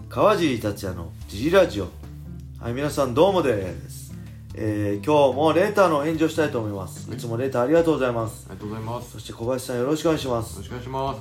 川尻達也のジジラジオ。はい、皆さんどうもです。今日もレーターの返事をしたいと思います。いつもレーターありがとうございます。 ありがとうございます。 そして小林さんよろしくお願いします。 よろしくお願いします。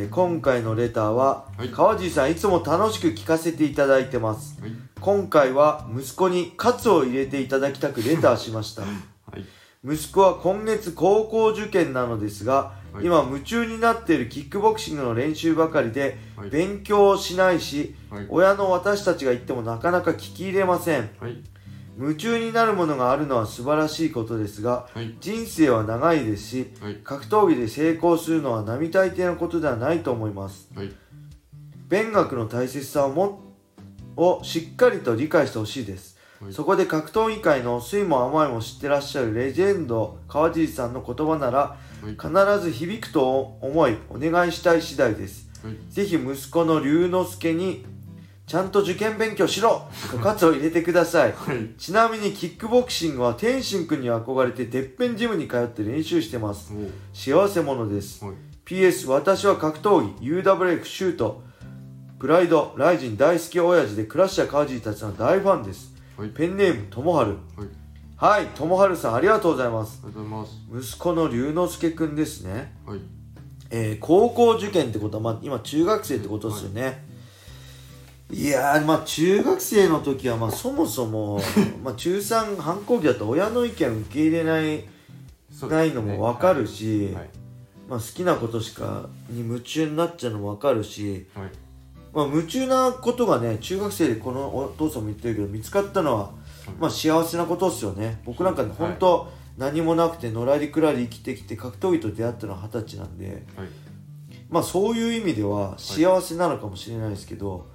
今回のレターは、川尻さんいつも楽しく聞かせていただいてます。今回は息子にカツを入れていただきたくレターしました。息子は今月高校受験なのですが、今夢中になっているキックボクシングの練習ばかりで、勉強をしないし、親の私たちが言ってもなかなか聞き入れません。夢中になるものがあるのは素晴らしいことですが、人生は長いですし、格闘技で成功するのは並大抵のことではないと思います。勉学の大切さをしっかりと理解してほしいです。そこで格闘技界の酸いも甘いも知ってらっしゃるレジェンド川尻さんの言葉なら必ず響くと思いお願いしたい次第です。ぜひ息子の龍之介にちゃんと受験勉強しろと喝を入れてください。ちなみにキックボクシングは天心くんに憧れててっぺんジムに通って練習してます。幸せ者です。PS 私は格闘技 UWF シュートプライドライジン大好き親父でクラッシャー川尻たちの大ファンです。ペンネームともはる。はい、ともはるさんありがとうございます。 ありがとうございます。 息子の龍之介くんですね。高校受験ってことは、今中学生ってことですよね。いやー、中学生の時はそもそも中3反抗期だと親の意見を受け入れないのも分かるし、好きなことに夢中になっちゃうのも分かるし、夢中なことがね、中学生でこのお父さんも言ってるけど見つかったのは、幸せなことですよね。僕なんか本当、何もなくてのらりくらり生きてきて格闘技と出会ったのは20歳なんで、そういう意味では幸せなのかもしれないですけど、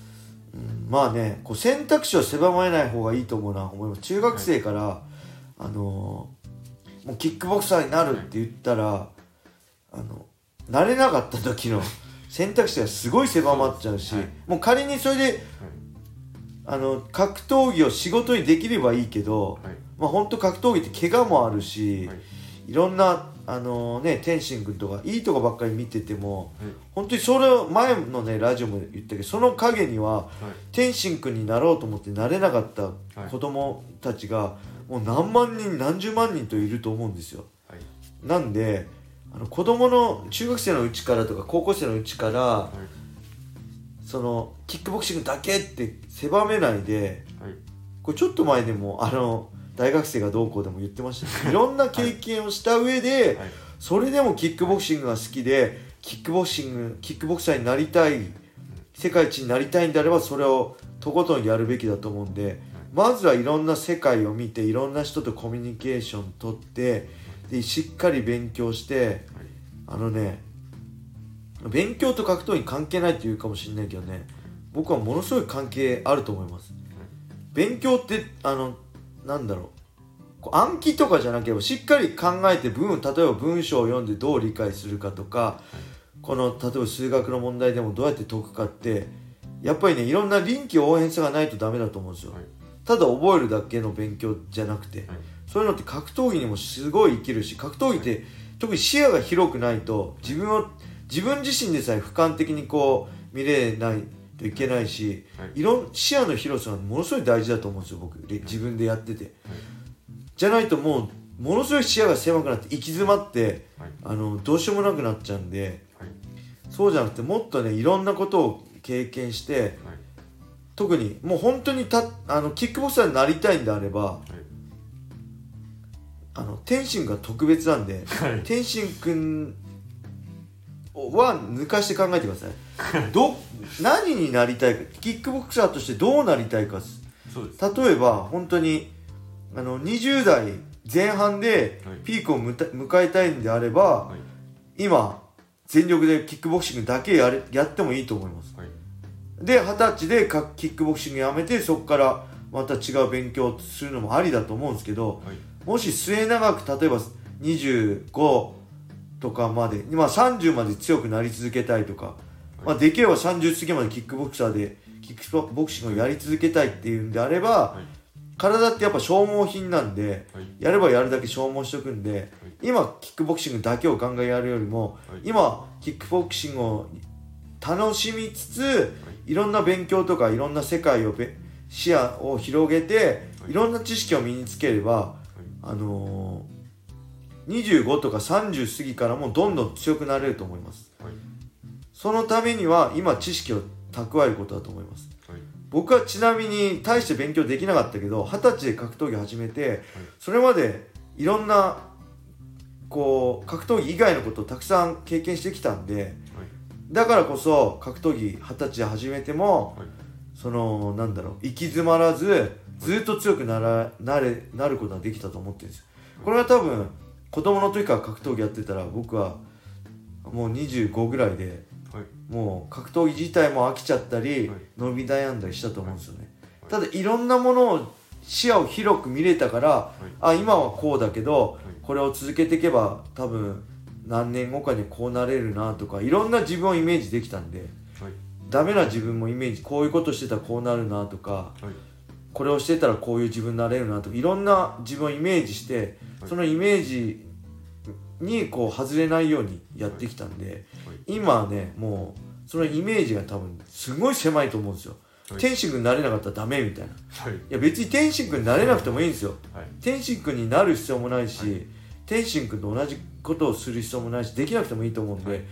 選択肢を狭めない方がいいと思うな思います。中学生から、もうキックボクサーになるって言ったら、なれなかった時の選択肢がすごい狭まっちゃうし、もう仮にそれで、格闘技を仕事にできればいいけど、本当格闘技って怪我もあるし、いろんな天心君とかいいとこばっかり見てても、本当にそれを前のねラジオも言ったけど、その陰には、天心君になろうと思ってなれなかった子供たちがもう何万人何十万人といると思うんですよ。なんで子供の中学生のうちからとか高校生のうちから、そのキックボクシングだけって狭めないで、これちょっと前でも大学生がどうこうでも言ってました、いろんな経験をした上で、それでもキックボクシングが好きでキックボクサーになりたい、世界一になりたいんであればそれをとことんやるべきだと思うんで、まずはいろんな世界を見ていろんな人とコミュニケーション取って、でしっかり勉強して、勉強と格闘技関係ないって言うかもしれないけどね、僕はものすごい関係あると思います。勉強って暗記とかじゃなければしっかり考えて例えば文章を読んでどう理解するかとか、例えば数学の問題でもどうやって解くかって、やっぱりねいろんな臨機応変さがないとダメだと思うんですよ。ただ覚えるだけの勉強じゃなくて、そういうのって格闘技にもすごい生きるし、格闘技って特に視野が広くないと自分自身でさえ俯瞰的に見れないといけないし、視野の広さがものすごい大事だと思うんですよ、僕自分でやってて。じゃないとものすごい視野が狭くなって行き詰まって、どうしようもなくなっちゃうんで、そうじゃなくてもっとねいろんなことを経験して、特にもう本当にキックボクサーになりたいんであれば、天心が特別なんで、天心くんは抜かして考えてください。何になりたいか、キックボクサーとしてどうなりたいか。例えば本当に20代前半でピークを迎えたいんであれば、今全力でキックボクシングだけやってもいいと思います。で20歳でキックボクシングやめて、そこからまた違う勉強するのもありだと思うんですけど、もし末永く例えば25とかまで、30まで強くなり続けたいとか、できれば30過ぎまでキックボクサーでキックボクシングをやり続けたいっていうんであれば、体ってやっぱ消耗品なんで、やればやるだけ消耗しておくんで、今キックボクシングだけをガンガンやるよりも、今キックボクシングを楽しみつつ、いろんな勉強とかいろんな世界を視野を広げて、いろんな知識を身につければ、25とか30過ぎからもどんどん強くなれると思います。そのためには今知識を蓄えることだと思います。僕はちなみに大して勉強できなかったけど、20歳で格闘技始めて、それまでいろんな格闘技以外のことをたくさん経験してきたんで、だからこそ格闘技20歳で始めても、行き詰まらずずっと強くなることができたと思ってるんですよ。これは多分子供の時から格闘技やってたら、僕はもう25ぐらいで、もう格闘技自体も飽きちゃったり、伸び悩んだりしたと思うんですよね。ただいろんなものを視野を広く見れたから、今はこうだけど、これを続けていけば多分何年後かにこうなれるなとか、いろんな自分をイメージできたんで、ダメな自分もイメージ、こういうことしてたらこうなるなとか、これをしてたらこういう自分になれるなとか、いろんな自分をイメージして、そのイメージに外れないようにやってきたんで、今はね、もうそのイメージが多分すごい狭いと思うんですよ。天心君になれなかったらダメみたいな、いや別に天心君になれなくてもいいんですよ。天心君になる必要もないし、天心君と同じことをする必要もないし、できなくてもいいと思うんで、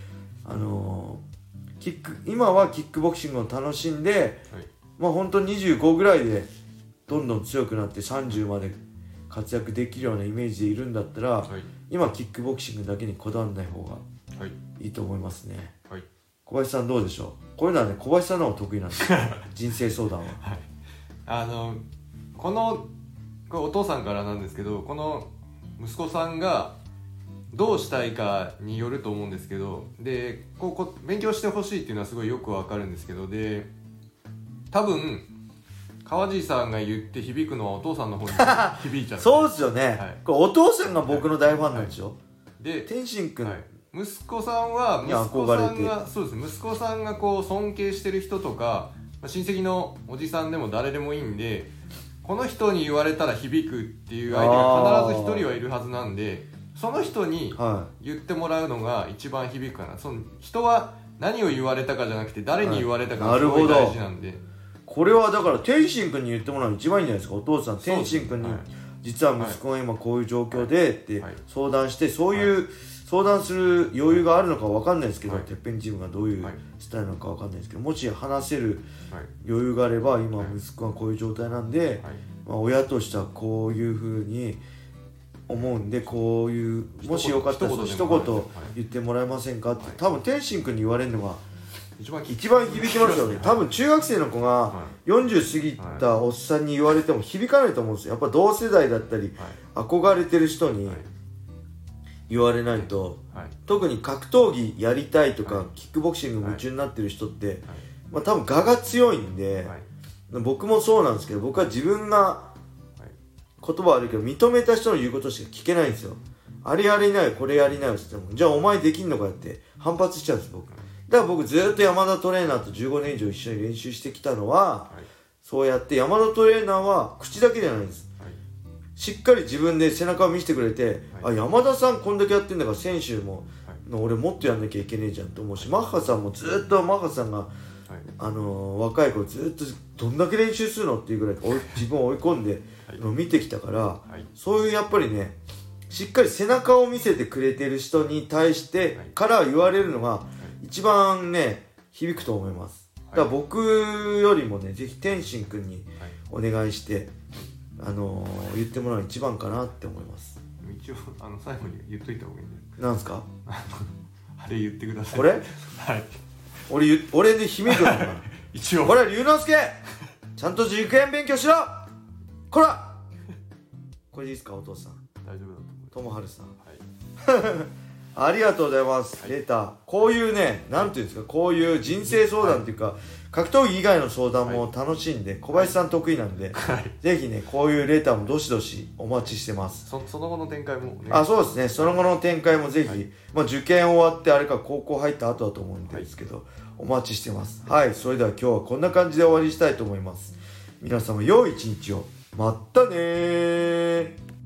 今はキックボクシングを楽しんで、本当に25ぐらいでどんどん強くなって30まで活躍できるようなイメージでいるんだったら、今キックボクシングだけにこだわらない方がいいと思いますね。小林さんどうでしょう。こういうのはね、小林さんの方が得意なんですよ人生相談は。 これお父さんからなんですけど、この息子さんがどうしたいかによると思うんですけど、で勉強してほしいっていうのはすごいよくわかるんですけど、で多分川地さんが言って響くのはお父さんの方に響いちゃってそうですよね、これお父さんが僕の大ファンなんでしょ、で天心君、 息子さんは息子さんが尊敬してる人とか、親戚のおじさんでも誰でもいいんで、この人に言われたら響くっていう相手が必ず一人はいるはずなんで、その人に言ってもらうのが一番響くかな。その人は何を言われたかじゃなくて、誰に言われたかがすごい大事なんで、 これはだから天心君に言ってもらうのが一番いいんじゃないですか。お父さん天心君に、実は息子が今こういう状況でって相談して、そういう相談する余裕があるのか分かんないですけど、てっぺんチームがどういうスタイルなのか分かんないですけど、もし話せる余裕があれば、今息子がこういう状態なんで、親としてはこういうふうに思うんで、こういうもしよかったら一言言ってもらえませんかって、多分天心君に言われるのが一番響きますよね。多分中学生の子が40過ぎたおっさんに言われても響かないと思うんですよ。やっぱ同世代だったり憧れてる人に言われないと、特に格闘技やりたいとかキックボクシング夢中になってる人って、多分我が強いんで、僕もそうなんですけど、僕は自分が言葉悪いけど認めた人の言うことしか聞けないんですよ。あれやりなよこれやりなよって言っても、じゃあお前できんのかって反発しちゃうんです僕。だから僕ずっと山田トレーナーと15年以上一緒に練習してきたのは、そうやって山田トレーナーは口だけじゃないんです、しっかり自分で背中を見せてくれて、山田さんこんだけやってんだから選手も、俺もっとやんなきゃいけねえじゃんと思うし、マッハさんもずっとマッハさんが、若い頃ずっとどんだけ練習するのっていうぐらい自分を追い込んでのを見てきたから、そういうやっぱりね、しっかり背中を見せてくれてる人に対してから言われるのが一番ね響くと思います。だから僕よりもね、ぜひ天心君にお願いして、言ってもらうのが一番かなって思います。 一応最後に言っといた方がいいんで。 なんすかあれ言ってください。 これはい俺で響くのかな一応これ龍之介ちゃんと受験勉強しろこらこれでいいですかお父さん。 大丈夫だと思う。友春さん、ありがとうございます、レター。こういうね、なんていうんですか、こういう人生相談っていうか、格闘技以外の相談も楽しんで、小林さん得意なんで、ぜひねこういうレターもどしどしお待ちしてます。 その後の展開もね。 そうですね、その後の展開もぜひ、受験終わってあれか高校入った後だと思うんですけど、お待ちしてます。それでは今日はこんな感じで終わりにしたいと思います。皆様良い一日を。まったねー。